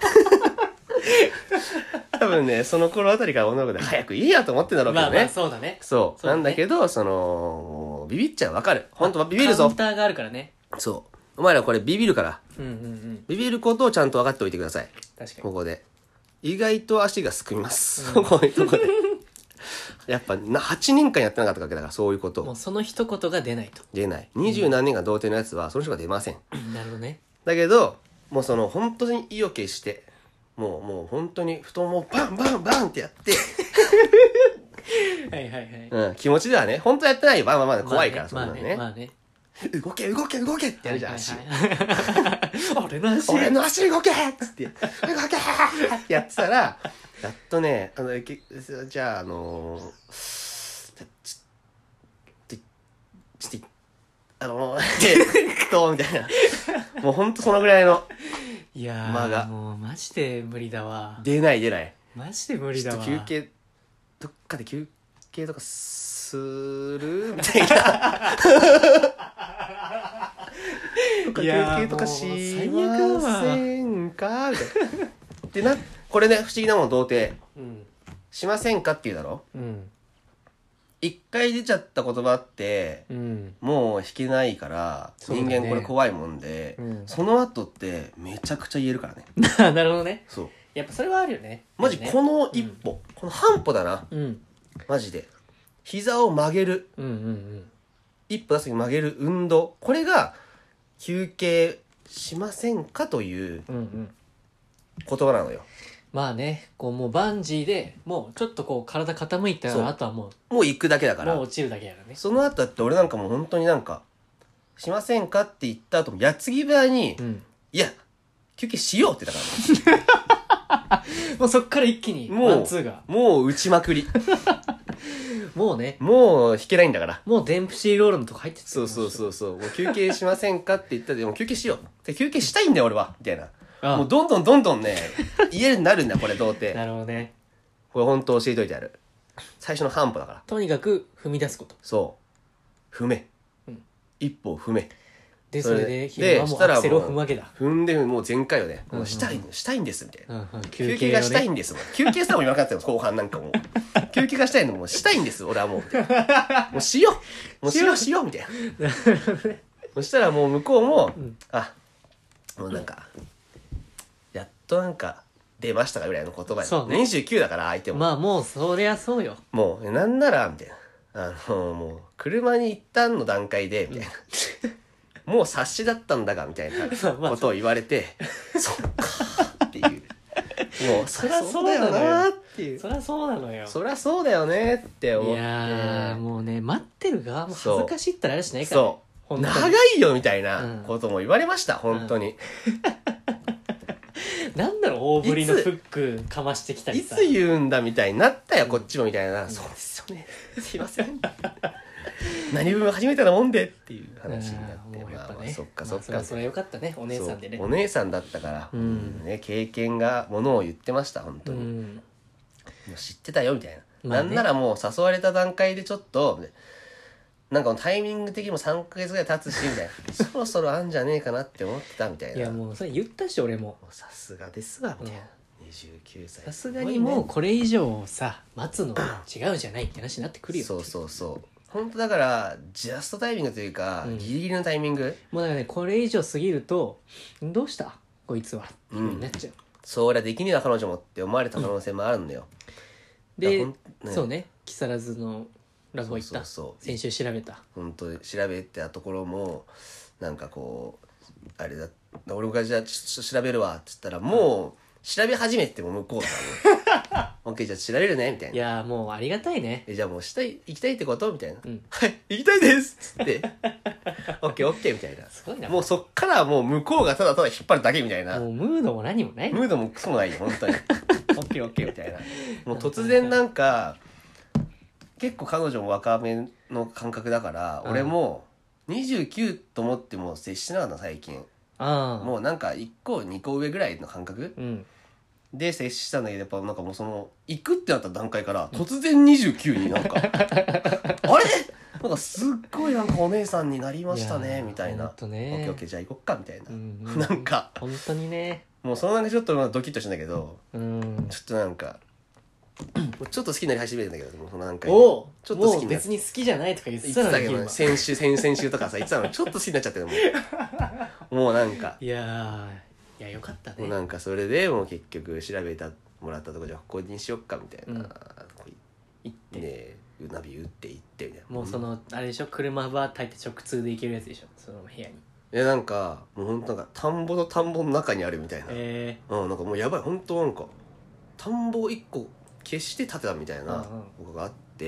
多分ね、その頃あたりから女の子で早くいいやと思ってんだろうけまあまあどね。 そうだねそう。 そうだねなんだけど、その、もうビビっちゃう。わかる。本当はビビるぞカウン。ターがあるからねそう。お前らこれビビるから。 うんうんうんビビることをちゃんと分かっておいてください。 確かここで。意外と足がすくみます。こういうとこで。やっぱな、はちねんかんやってなかったわけだから、そういうことを。 にもうその一言が出ないと出ない。二十何年間童貞のやつは、その人が出ません。 なるほどねだけど、もうその、本当に意を決して、もう、もう本当に太ももをバンバンバンってやって、 はいはいはいうん、気持ちではね、本当はやってないよ。まあまあまあ、怖いから、そんなのね。 まあね動け、動け、動けってやるじゃん、足。 はいはいはい俺の足俺の足動けっつって、動けってやってたら、やっとね、あの、けじゃあ、あのー、ちょちょちょっと、あのー、えっと、みたいな。もうほんとそのぐらいの、 いや間がーもうマジで無理だわ出ない出ない。 マジで無理ちょっだわと休憩、どっかで休憩とかするみたいな。どっか休憩とかしませんかみたいな。でな、これね、不思議なもん、童貞。 うんしませんかって言うだろうん一回出ちゃった言葉って、 うんもう引けないから、 そうだね人間これ怖いもんで、 うんその後ってめちゃくちゃ言えるからね。 なるほどねそう。 やっぱそれはあるよねマジこの一歩、この半歩だな。 うんマジで。膝を曲げる。 うんうんうん一歩出す時に曲げる運動。これが、休憩しませんかといううんうん言葉なのよ。 まあねこうもうバンジーでもうちょっとこう体傾いたそうらあとはももう行くだけだから。 うもう落ちるだけやからねその後だって俺なんかもう本当になんか、しませんかって言った後も、矢継ぎ早に、 うんいや、休憩しようって言ったからね。 もうそっから一気にもうワンツーがもう打ちまくり。 もうねもう弾けないんだから。 もうデンプシーロールのとこ入ってそうそうそうそう。もう休憩しませんかって言ったら、でも休憩しよう。で休憩したいんだよ俺は。みたいな。 あもうどんどんどんどんね、言えるようになるんだよ、これ童貞。 なるほどねこれ本当教えといてやる。最初の半歩だから。 とにかく踏み出すことそう。踏め。 うん一歩を踏め。 でそそれでれでヒロはもうアクセルを踏むわけだ踏んでもう全開よね。 うんうんもうしたい、したいんです、みたいな。 うんうん休憩がしたいんんですもん。休憩したらも言わなかったよ、後半なんかもう。休憩がしたいのもうしたいんです、俺はもう。もうしようもうしようしようみたいな。そしたらもう向こうも、 んあ、もうなんか、 となんか出ましたかぐらいの言葉や、 そうねにじゅうきゅうだから相手も、 まあもうそりゃそうよ。 もうなんならみたいな、あのもう車に一旦の段階でみたいな、うん、もう察しだったんだがみたいなことを言われてそっかっていうもうそりゃそうだよなっていう、 そりゃそうなのよ。 そりゃそうだよねって思って、 いやもうね待ってる側も恥ずかしいったらあれしないから、ね、 そう長いよみたいなことも言われました、うん、本当に、 うん、なんだろう大振りのフックかましてきたりさ、 いつ言うんだみたいになったよこっちもみたいな、うん、そうですよねすいません何分初めてなもんでっていう話になって、 もうやっぱね、 まあ、そっかそっか、 まあ、それはよかったねお姉さんでね、 お姉さんだったから、うんね、経験がものを言ってました本当に、うん、もう知ってたよみたいな、まあね、なんならもう誘われた段階でちょっとなんかタイミング的にもさんかげつぐらい経つしみたいなそろそろあんじゃねえかなって思ってたみたいな、 いやもうそれ言ったし俺もさすがですわみたいな、うん、にじゅうきゅうさいさすがにもうこれ以上さ待つの違うじゃないって話になってくるよ。 そうそうそう本当だからジャストタイミングというか、うん、ギリギリのタイミング、 もうだからねこれ以上過ぎるとどうしたこいつはってになっちゃう、うん、 そりゃできねえな彼女もって思われた可能性もあるんだよ、 うん、で、ね、そうね木更津のラボ行った、そうそうそう、先週調べた本当に調べたところもなんかこうあれだ俺がじゃあちょっと調べるわっつったらもう調べ始めても向こうだもんオッケーじゃあ調べるねみたいな、 いやもうありがたいね、 えじゃあもうしたい行きたいってことみたいな、 うん、 はい行きたいですっつってオッケーオッケーみたいな、すごいな、もうそっからもう向こうがただただ引っ張るだけみたいな、 もうムードも何もない、 ムードもクソもないよ本当にオッケーオッケーみたいな、もう突然なんか結構彼女も若めの感覚だから、うん、俺もにじゅうきゅうと思っても接してなかった最近、 あもうなんかいっこにこ上ぐらいの感覚、 うん、 で接したんだけど、やっぱなんかもうその行くってなった段階から突然にじゅうきゅうになんか、うん、あれなんかすっごいなんかお姉さんになりましたねみたいな、 ほんとね、 オッケーオッケーじゃあ行こっかみたいな、 うんうん、 なんか本当にね、 もうそのなんかちょっとドキッとしたんだけど、 うん、 ちょっとなんかちょっと好きになり始めるんだけど、もうそのなんか、 ね、おちょっと好きになもう別に好きじゃないとか言ってたのだけど、先週先々週とかさ言ってたのちょっと好きになっちゃってるもうもうなんかいやいやよかったね、 もうなんかそれでもう結局調べたもらったとこじゃここにしよっかみたいな、うん、行ってねナビ打って行ってみたいな、 もうそのあれでしょ、車は大抵直通で行けるやつでしょ、その部屋に。 えなんかもうほんとなんか田んぼと田んぼの中にあるみたいな、 えー、うんなんかもうやばいほんとなんか田んぼいっこ消して建てたみたいなのがあって、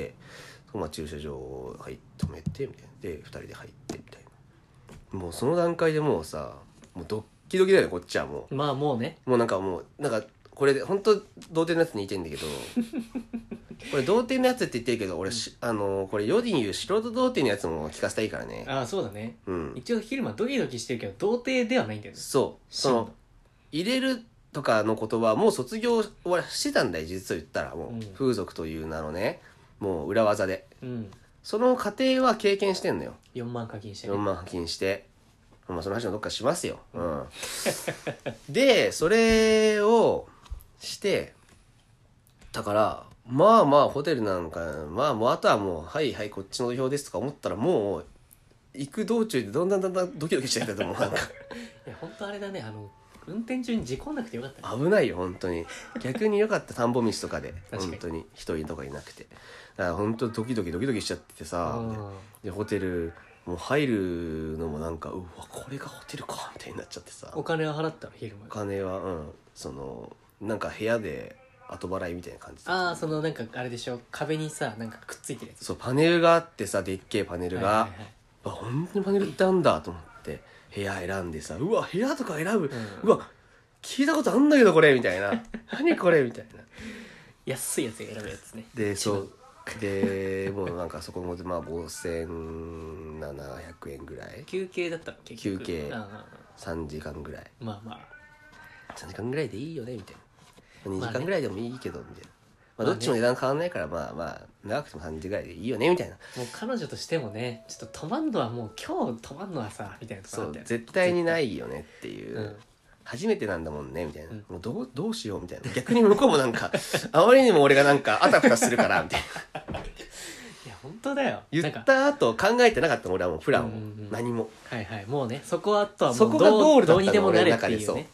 うんうん、まあ、駐車場入っ止めてみたいなでふたりで入ってみたいな、もうその段階でもうさもうドッキドキだよねこっちはもう、 まあもうね、 もうなんかもうなんかこれで本当童貞のやつに似てんだけどこれ童貞のやつって言ってるけど俺、うん、あのこれ世に言う素人童貞のやつも聞かせたらいいからね。 ああそうだね、 うん、 一応昼間ドキドキしてるけど童貞ではないんだよね。 そうその入れるとかの言葉はもう卒業はしてたんだよ実を言ったら、もう、うん、風俗という名のねもう裏技で、 うん、 その過程は経験してんのよ。 よんまん課金して、 ね、よんまん課金して、まあ、その話もどっかしますよ、うん、でそれをしてだからまあまあホテルなんかまあもうあとはもうはいはいこっちの土俵ですとか思ったらもう行く道中でどんどんだんだんドキドキしてきたと思うなんかいや本当あれだね、あの運転中に事故んなくてよかったね。危ないよ本当に逆によかった田んぼ道とかで本当に一人とかいなくて、だから本当ドキドキドキドキしちゃっててさ、でホテルもう入るのもなんかうわこれがホテルかみたいになっちゃってさ。 お金は払ったの昼間。 お金はうんそのなんか部屋で後払いみたいな感じで、 ああそのなんかあれでしょ、壁にさなんかくっついてるやつ。 そうパネルがあってさでっけえパネルが、はいはいはい、あ本当にパネルってあんだと思って部屋選んでさ、うわ部屋とか選ぶ、うん、うわ聞いたことあんだけどこれみたいな何これみたいな安いやつ選ぶやつね。 でそうでもうなんかそこもまあごせんななひゃくえんぐらい休憩だったの結局休憩さんじかんぐらい、 まあまあさんじかんぐらいでいいよねみたいな、にじかんぐらいでもいいけどみたいな、まあ、どっちも値段変わんないからまあまあ長くてもさんじぐらいでいいよねみたいな。 もう彼女としてもねちょっと泊まんのはもう今日泊まんのはさみたいなところあったよ。 そう絶対にないよねっていう、うん、初めてなんだもんねみたいな、 うん、 もうどうどうしようみたいな、逆に向こうもなんかあまりにも俺がなんかあたふたするからみたいな。 いや本当だよ。 言った後考えてなかったの俺はもうプランを、うんうん、何もはいはいもうねそこはあとはもうそこがゴールだったのどうにでもなれっていうね。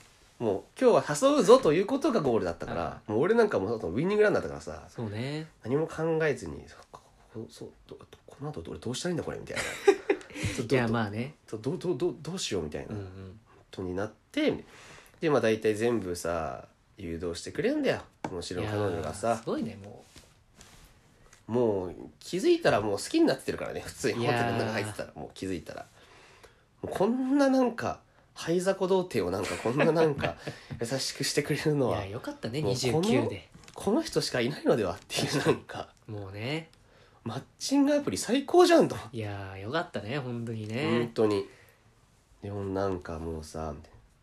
もう今日は誘うぞということがゴールだったから、もう俺なんかもうウィニングランだったからさ、 そうね、 何も考えずにこそうどこの後俺どうしたらいいんだこれみたいないやまあね、 どどどどどうしようみたいな、 うんうん、 とになって、でまあ大体全部さ誘導してくれるんだよ、もちろん彼女がさ。 すごいね。ももう気づいたらもう好きになってるからね、普通にホテルのいやー中入ってたらもう気づいたらもうこんななんか灰雑魚童貞をなんかこんななんか優しくしてくれるのういはやよかったね、 もうにじゅうきゅうでこの人しかいないのではっていうなんかもうね。 マッチングアプリ最高じゃんと、 いやーよかったね本当に本ね。 当に。でもなんかもうさ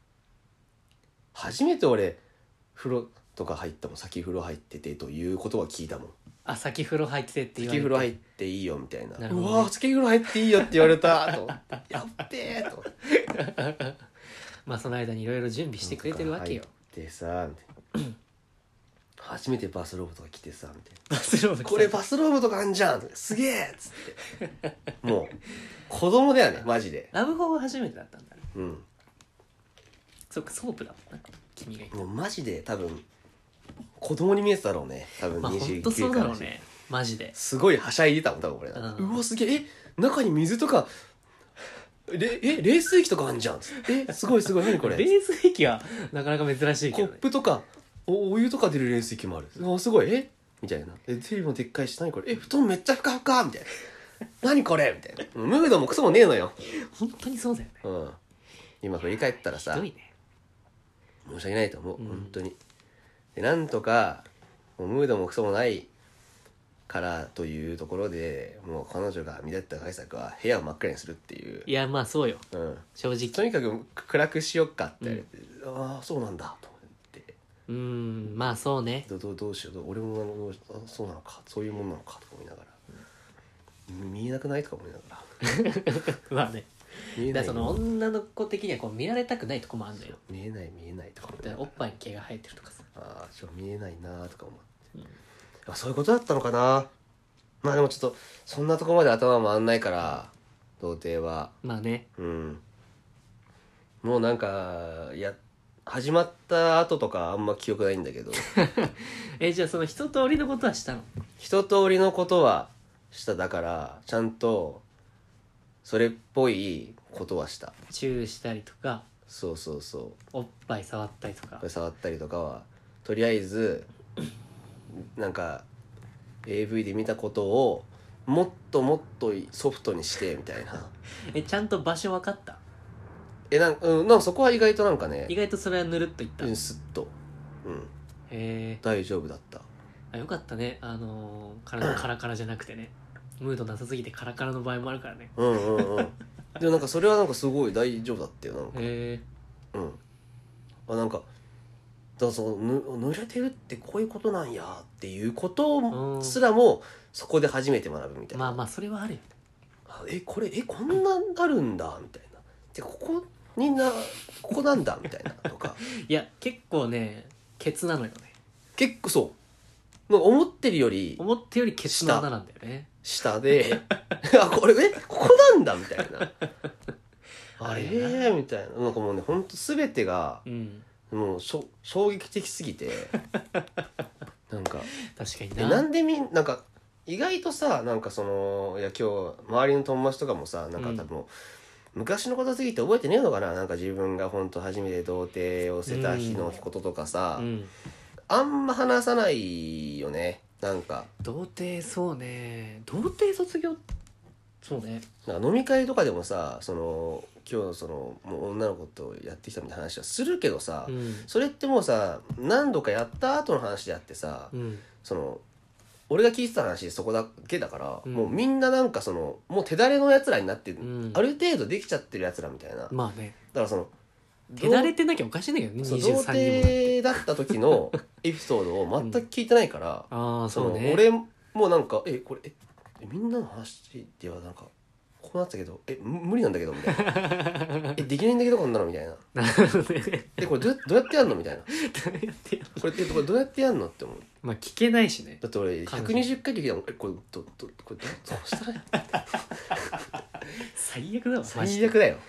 初めて俺風呂とか入ったもん、先風呂入っててということは聞いたもん。 あ、先風呂入っててって言われて、 先風呂入っていいよみたいな、 なるほどねうわー先風呂入っていいよって言われたと思ってやっべえと思ってまあその間にいろいろ準備してくれてるわけよ。 でさみたいな初めてバスローブとか着てさみたいバスローブなこれバスローブとかあんじゃんすげえっつってもう子供だよねマジで。 ラブホは初めてだったんだね。 うんそっか、ソープだもんな君が言った。 もうマジで多分子供に見えてたろうね多分まあほんにじゅうとそうきゅうからして、 だろうねマジで。 すごいはしゃいでたもん多分俺、 うんうわすげええ中に水とかれえ冷水器とかあんじゃんえすごいすごい何これ冷水器はなかなか珍しいけコッどね。 プとか お, お湯とか出る冷水器もあるあすごいえみたいなえテレビもでっかいし何これえ布団めっちゃふかふかみたいな何これみたいなムードもクソもねえのよ、 本当にそうだよね。 うん、今振り返ったらさひどいね。 申し訳ないと思う、 うん本当に。でなんとかもうムードもクソもないからというところでもう彼女が見立てた対策は部屋を真っ暗にするっていう、 いやまあそうようん、 正直。 とにかく暗くしよっかって言われて、ああそうなんだと思ってうーんまあそうね。 どどどうしようどう俺もあのあそうなのかそういうもんなのかとか思いながら、見えなくないとか思いながらまあね。 見えないだからその女の子的にはこう見られたくないとこもあるのよ。 見えない見えないとか思いながらだからおっぱいに毛が生えてるとかさ。 ああちょっと見えないなとか思って、 うんあそういうことだったのかな。まあでもちょっとそんなとこまで頭回んないから童貞はまあね。 うんもうなんかや始まった後とかあんま記憶ないんだけどえじゃあその一通りのことはしたの？ 一通りのことはしただからちゃんとそれっぽいことはした。 チューしたりとかそうそうそおっぱい触ったりとかう触ったりとかはとりあえずなんか エーブイ で見たことをもっともっとソフトにしてみたいな。 えちゃんと場所分かった？ えなんか、うん、なんかそこは意外となんかね意外とそれはぬるっといった。へうんスッとうんえ大丈夫だった。 あよかったね。あのー、体カラカラじゃなくてねムードなさすぎてカラカラの場合もあるからね。 うんうんうんでもなんかそれはなんかすごい大丈夫だったよなんかへえうんあなんかだからそのぬ濡れてるってこういうことなんやっていうことすらもそこで初めて学ぶみたいな。 まあまあそれはあるよね。 あえこれえこんなんあるんだみたいなでここになここなんだみたいなとかいや結構ねケツなのよね。 結構そうなんか思ってるより思ったよりケツの穴なんだよね。 下であこれえここなんだみたいなあれあれやなーみたいななんかもうねほんと全てがうんもうしょ衝撃的すぎてなんか確かにな。 えなんでみんなんか意外とさなんかそのいや今日周りの友達とかもさなんか多分、昔のことすぎて覚えてねえのかななんか自分が本当初めて童貞を捨てた日のこととかさ、 うんあんま話さないよねなんか童貞そうね童貞卒業そうねなんか飲み会とかでもさその今日そのもう女の子とやってきたみたいな話はするけどさ、 うんそれってもうさ何度かやった後の話であってさ、 うんその俺が聞いてた話そこだけだから、 うんもうみんななんかそのもう手だれのやつらになってる、 うんある程度できちゃってるやつらみたいな、だかまあねらその手だれてなきゃおかしいんだけどねそう童にじゅうさんにもなって貞だった時のエピソードを全く聞いてないから、 ああそのそうね俺もなんかえこれええみんなの話ではなんかこうなってたけどえむ無理なんだけどみたいなえできないんだけどこんなのみたいななるほどねえこれどうやどうやってやんのみたいなどうやってやるこれえこれどうやってやんのって思う。 まあ聞けないしねだって俺ひゃくにじゅっかい聞いたもんえこれどどこれどどうしたらいい最悪だわマジで最悪だよ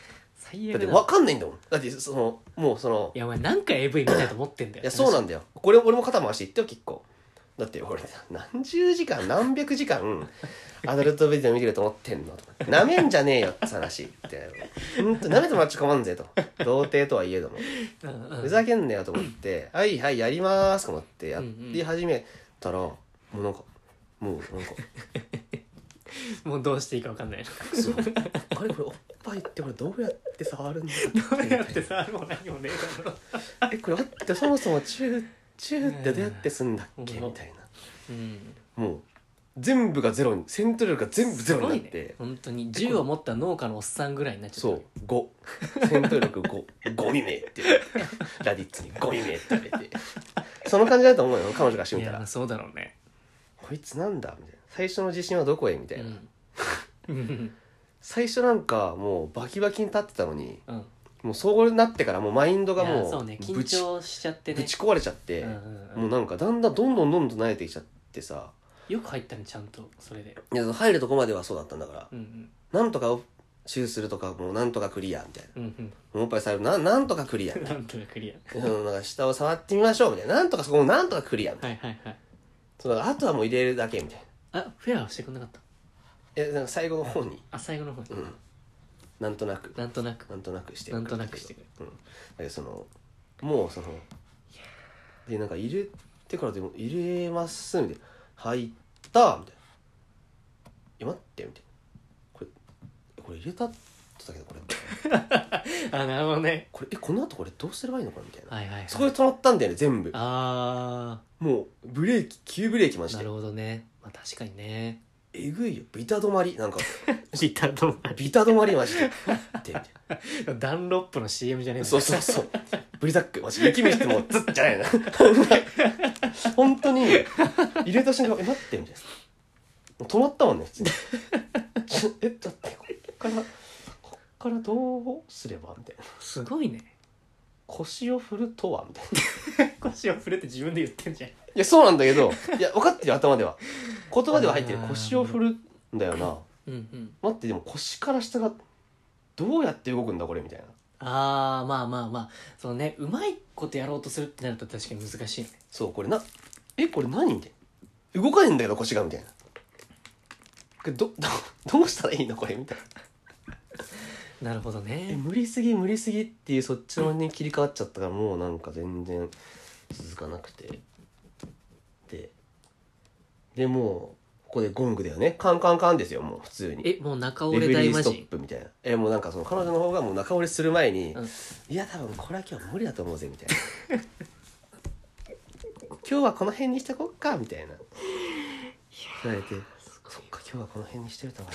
最悪だだって分かんないんだもん。だってそのもうそのいやお前何回 エーブイ 見たいと思ってんだよ。 いやそうなんだよ。これ俺も肩回して言ってよ結構。だって俺何十時間何百時間アダルトビデオ見てると思ってんのとかなめんじゃねえよって話ってほんとなめてもらっちゃ困んぜと童貞とはいえどもうんうん、 ふざけんなよと思ってはいはいやりまーすと思ってやり始めたらもうなんかもうなんかもうどうしていいか分かんないそうあれこれおっぱいってこれどうやって触るんだどうやって触るも何もねえだろえこれ待ってそもそもチューチューってどうやってすんだっけうんみたいなうんもう全部がゼロに戦闘力が全部ゼロになって、 ね、本当に銃を持った農家のおっさんぐらいになっちゃったそうご戦闘力ごゴミ名ってラディッツにゴミ名って言われてその感じだと思うよ彼女がしてみたらいやそうだろうねこいつなんだみたいな最初の自信はどこへみたいな、 うん、 最初なんかもうバキバキに立ってたのに、 うん、 もうそうなってからもうマインドがもうそうね緊ぶち張しちゃってねぶち壊れちゃって、 うんうんうん、 もうなんかだんだんどんどんどんどん慣れてきちゃってさよく入ったねちゃんとそれでいや入るとこまではそうだったんだから、 うんうんなんとかをシューするとかもうなんとかクリアみたいな、 うんうんもうおっぱいされるななんとかクリアなんとかクリアうんなんか下を触ってみましょうみたいななんとかそこもなんとかクリアみたいな、 はいはいはいそうだからあとはもう入れるだけみたいなあフェアはしてくんなかったえなんか最後の方にあ最後の方に、 うんなんとなくなんとなくなんとなくしてなんとなくしてくれうんだけどそのもうそのでなんか入れてからでも入れますみたいな入ったみたいなえ待ってみたいなこれこれ入れたって言ったけどこれあなるほどねこれえこの後これどうすればいいのかなみたいな、 はいはい、はい、 そこで止まったんだよね全部あもうブレーキ急ブレーキマジであなるほどねまあ確かにねえぐいよビタ止まりなんかビタ止まビタ止まりマジでってみたいなダンロップの シーエム じゃねえんだそうそうそうブリザックマジ雪見してもずっじゃないな本当に入れた瞬間え待ってみたいな止まったもんね普通にえだってこっからこっからどうすればみたいなすごいね腰を振るとはみたいな腰を振れって自分で言ってんじゃんいやそうなんだけどいや分かってるよ頭では言葉では入ってるあー腰を振るんだよなうんうん待ってでも腰から下がどうやって動くんだこれみたいなああまあまあまあそのねうまいことやろうとするってなると確かに難しいよねそうこれなえこれ何みたいな動かねえんだけど腰がみたいなこれどどどうしたらいいのこれみたいななるほどえね無理すぎ無理すぎっていうそっちのに切り替わっちゃったからもうなんか全然続かなくてででもうここでゴングだよねカンカンカンですよもう普通にえもう中レ折れフェリースト大魔神ップみたいなえもうなんかその彼女の方がもう中折れする前に、 うんいや多分これは今日は無理だと思うぜみたいな今日はこの辺にしてこっかみたいな言われてそっか今日はこの辺にしてると思う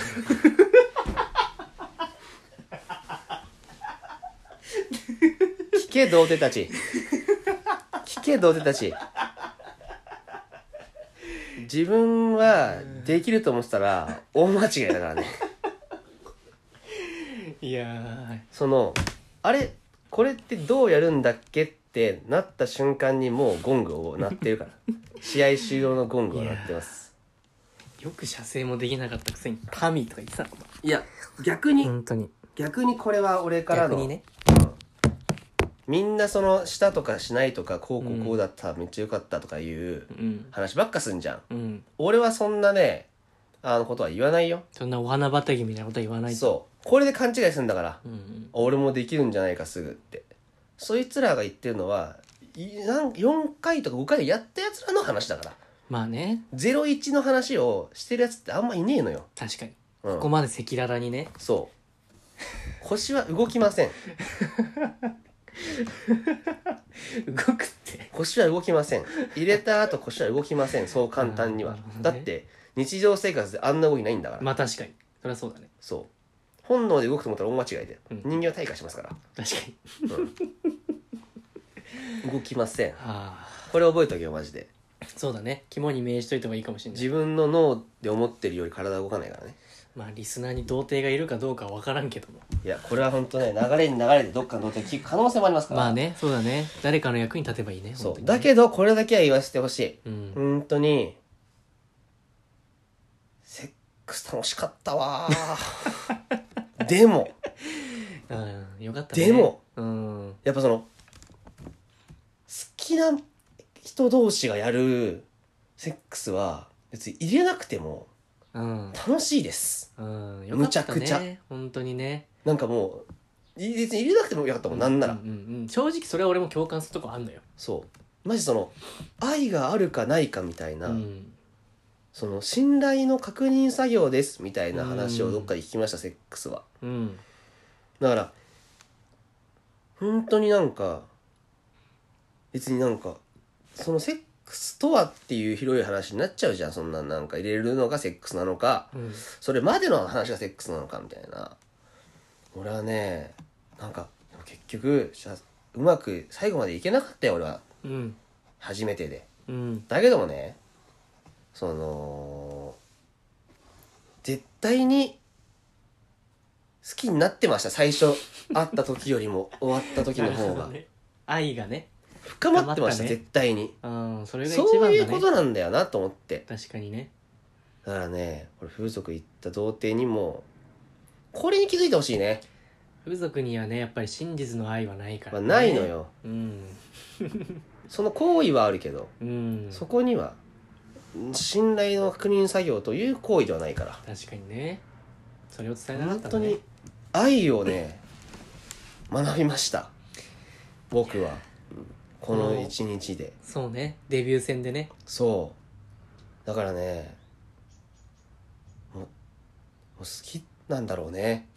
聞け童貞たち聞け童貞たち自分はできると思ってたら大間違いだからねいやーそのあれこれってどうやるんだっけってなった瞬間にもうゴングを鳴ってるから試合終了のゴングを鳴ってますよく射精もできなかったくせに神とか言ってたのいや逆に本当に逆にこれは俺からの逆にねみんなそのしたとかしないとかこうこうこうだった、めっちゃ良かったとかいううん話ばっかすんじゃんうん俺はそんなねあのことは言わないよそんなお花畑みたいなことは言わないとそうこれで勘違いするんだからうんうん俺もできるんじゃないかすぐってそいつらが言ってるのはいなんよんかいとかごかいやったやつらの話だからまあねゼロイチの話をしてるやつってあんまいねえのよ、 確かにうん、 ここまで赤裸々にねそう腰は動きません動くって腰は動きません入れた後腰は動きませんそう簡単には、 なるほどねだって日常生活であんな動きないんだから、 まあ確かにそりゃそうだねそう本能で動くと思ったら大間違いで、 うん人間は退化しますから、 確かにうん、動きませんはあこれ覚えとけよマジでそうだね肝に銘じといた方がいいかもしれない自分の脳で思ってるより体動かないからねまあリスナーに童貞がいるかどうかは分からんけどもいやこれは本当ね流れに流れてどっかの童貞聞く可能性もありますからまあねそうだね誰かの役に立てばいいねそう、 本当にねだけどこれだけは言わせてほしいうん本当にセックス楽しかったわーでもうんよかったね。 でも、 うん、 やっぱその好きな人同士がやるセックスは別に入れなくてもうん楽しいです、 うん、よかったね、 むちゃくちゃ本当にね。 なんかもうい別に入れなくてもよかったもん、なんなら、 うんうんうん、正直それは俺も共感するとこあんのよ。 そうマジその愛があるかないかみたいな、 うん、 その信頼の確認作業ですみたいな話をどっかで聞きました、セックスは。 うん、 だから本当になんか別になんかそのセックスとはっていう広い話になっちゃうじゃん。そんなんなんか入れるのがセックスなのか、 うん、 それまでの話がセックスなのかみたいな。俺はねなんか結局うまく最後までいけなかったよ俺は、 うん、 初めてで。 うん、 だけどもね、その絶対に好きになってました。最初会った時よりも終わった時の方がね、愛がね深まってました、 ね、 絶対に。 うん、それが一番だね。 そういうことなんだよなと思って。 確かにね。 だからね、これ風俗行った童貞にもこれに気づいてほしいね。 風俗にはねやっぱり真実の愛はないからね、 まあ、ないのよ。 うん、 その行為はあるけど、 うん、 そこには信頼の確認作業という行為ではないから。 確かにね。それを伝えなかった本当のね。 に愛をね学びました僕は、この一日で。 そうね、デビュー戦でね。 そうだからねもう、もう好きなんだろうね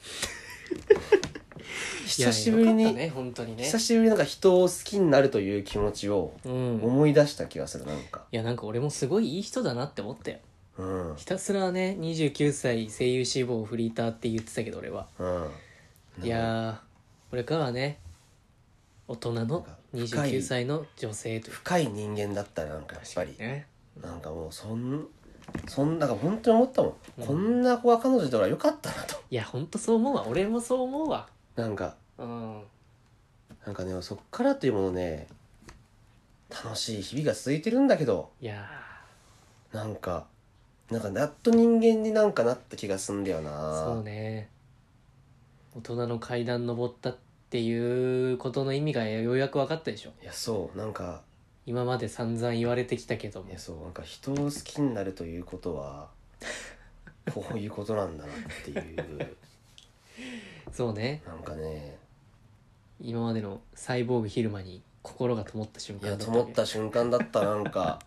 久しぶりに、 ね、本当にね。 久しぶりになんか人を好きになるという気持ちを思い出した気がする。なんかいやなんか俺もすごいいい人だなって思ったよ。 うん、 ひたすらねにじゅうきゅうさい声優志望フリーターって言ってたけど俺は、 うん、 いやーこれからはね大人のにじゅうきゅうさいの女性という深い人間だったらなんかやっぱり、 ね、 なんかもうそんそんなんか本当に思ったもん、 うん、 こんな子が彼女で俺はよかったなと。 いやほんとそう思うわ。俺もそう思うわ。 なんか、 うん、 なんかねそっからというものね楽しい日々が続いてるんだけど、 いやなんかなんかやっと人間になんかなった気がすんだよな。 そうね、大人の階段登ったっていうことの意味がようやく分かったでしょ。 いやそうなんか今まで散々言われてきたけども、 いやそうなんか人を好きになるということはこういうことなんだなっていうそうね、 なんかね、 今までのサイボーグ昼間に心が灯った瞬いや間だった灯った瞬間だった。なんか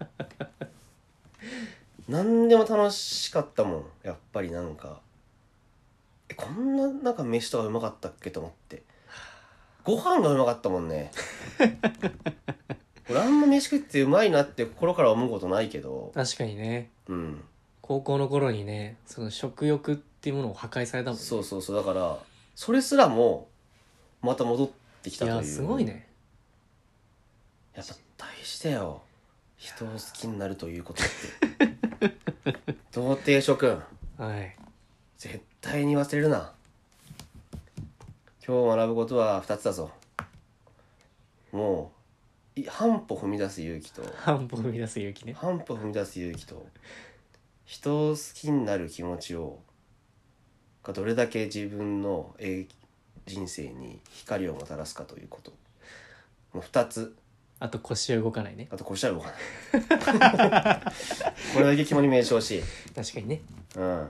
何でも楽しかったもんやっぱり。なんかえこんななんか飯とかうまかったっけと思って、ご飯がうまかったもんね俺あんま飯食ってうまいなって心から思うことないけど、 確かにね、 うん高校の頃にねその食欲っていうものを破壊されたもんね。 そうそうそうだからそれすらもまた戻ってきたいという。 やすごいね。 やっぱ大事だよ人を好きになるということって童貞諸君はい絶対に忘れるな。今日学ぶことはふたつだぞ。もうい半歩踏み出す勇気と半歩踏み出す勇気ね。 半歩踏み出す勇気と人を好きになる気持ちをがどれだけ自分のえ人生に光をもたらすかということ。もうふたつ。 あと腰は動かないね。 あと腰は動かないこれだけ肝に銘じてほしい。 確かにね。 うん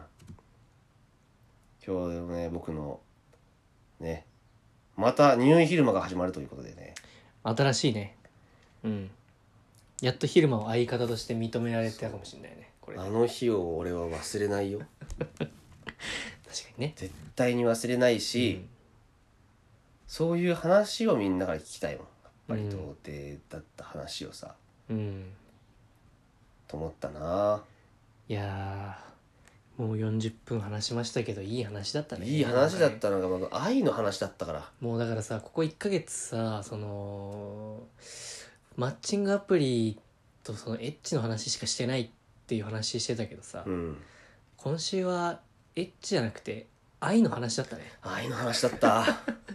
今日ね僕のねまた入院昼間が始まるということでね。 新しいね。うんやっと昼間を相方として認められてたかもしれないねこれね。 あの日を俺は忘れないよ確かにね。 絶対に忘れないし、うん、そういう話をみんなから聞きたいもん。やっぱり童貞だった話をさ、 うん、 と思ったな。 いやもうよんじゅっぷん話しましたけどいい話だったね。 いい話だったのが、まあ、愛の話だったから。 もうだからさここいっかげつさそのマッチングアプリとそのエッチの話しかしてないっていう話してたけどさ、 うん、 今週はエッチじゃなくて愛の話だったね。 愛の話だった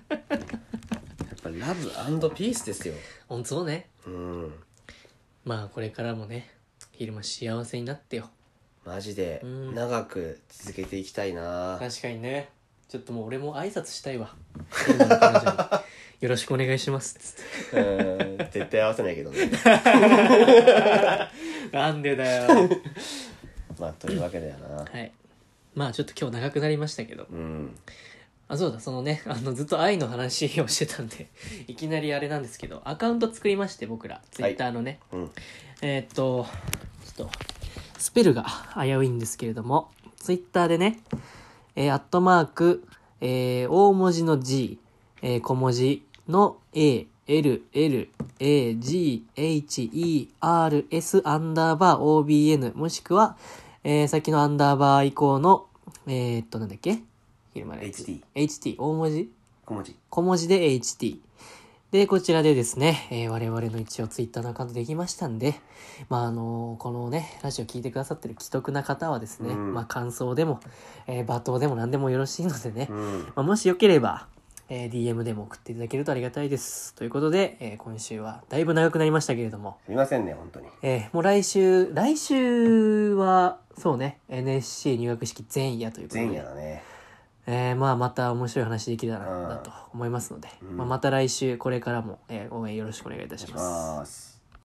ラブ&ピースですよ。 ほんとそうね。 うん。 まあこれからもね昼間幸せになってよ。 マジで長く続けていきたいな、 うん、確かにね。 ちょっともう俺も挨拶したいわ今の彼女によろしくお願いしますっつってうん絶対合わせないけどねなんでだよまあというわけだよな。 はいまあちょっと今日長くなりましたけど、 うんあそうだそのねあのずっと愛の話をしてたんでいきなりあれなんですけどアカウント作りまして僕らツイッターのね、 うんえー、っとちょっとスペルが危ういんですけれどもツイッターでねえー、アットマーク、えー、大文字の G、えー、小文字の A、L、L、A、G、H、E、R、S、アンダーバー、オービーエヌ、もしくは、えー、さっきのアンダーバー以降の、えー、っと、なんだっけ昼間のやつエイチティー。 エイチティー、大文字小文字。 小文字で エイチティー。で、こちらでですね、えー我々の一応ツイッターのアカウントできましたんで、まああのこのね、ラジオ聞いてくださってる既得な方はですね、 うんまあ感想でも、えー罵倒でも何でもよろしいのでね、 うんまあ、もしよければ、えーディーエム でも送っていただけるとありがたいです。ということで、えー今週はだいぶ長くなりましたけれども、 すみませんね本当に。 えーもう来週、来週は、そうね、エヌエスシー 入学式前夜ということで、 前夜だね。 えー、まあまた面白い話できたらうんなと思いますので、 うんまあ、また来週これからも、えー応援よろしくお願いいたしお願いします。 ます。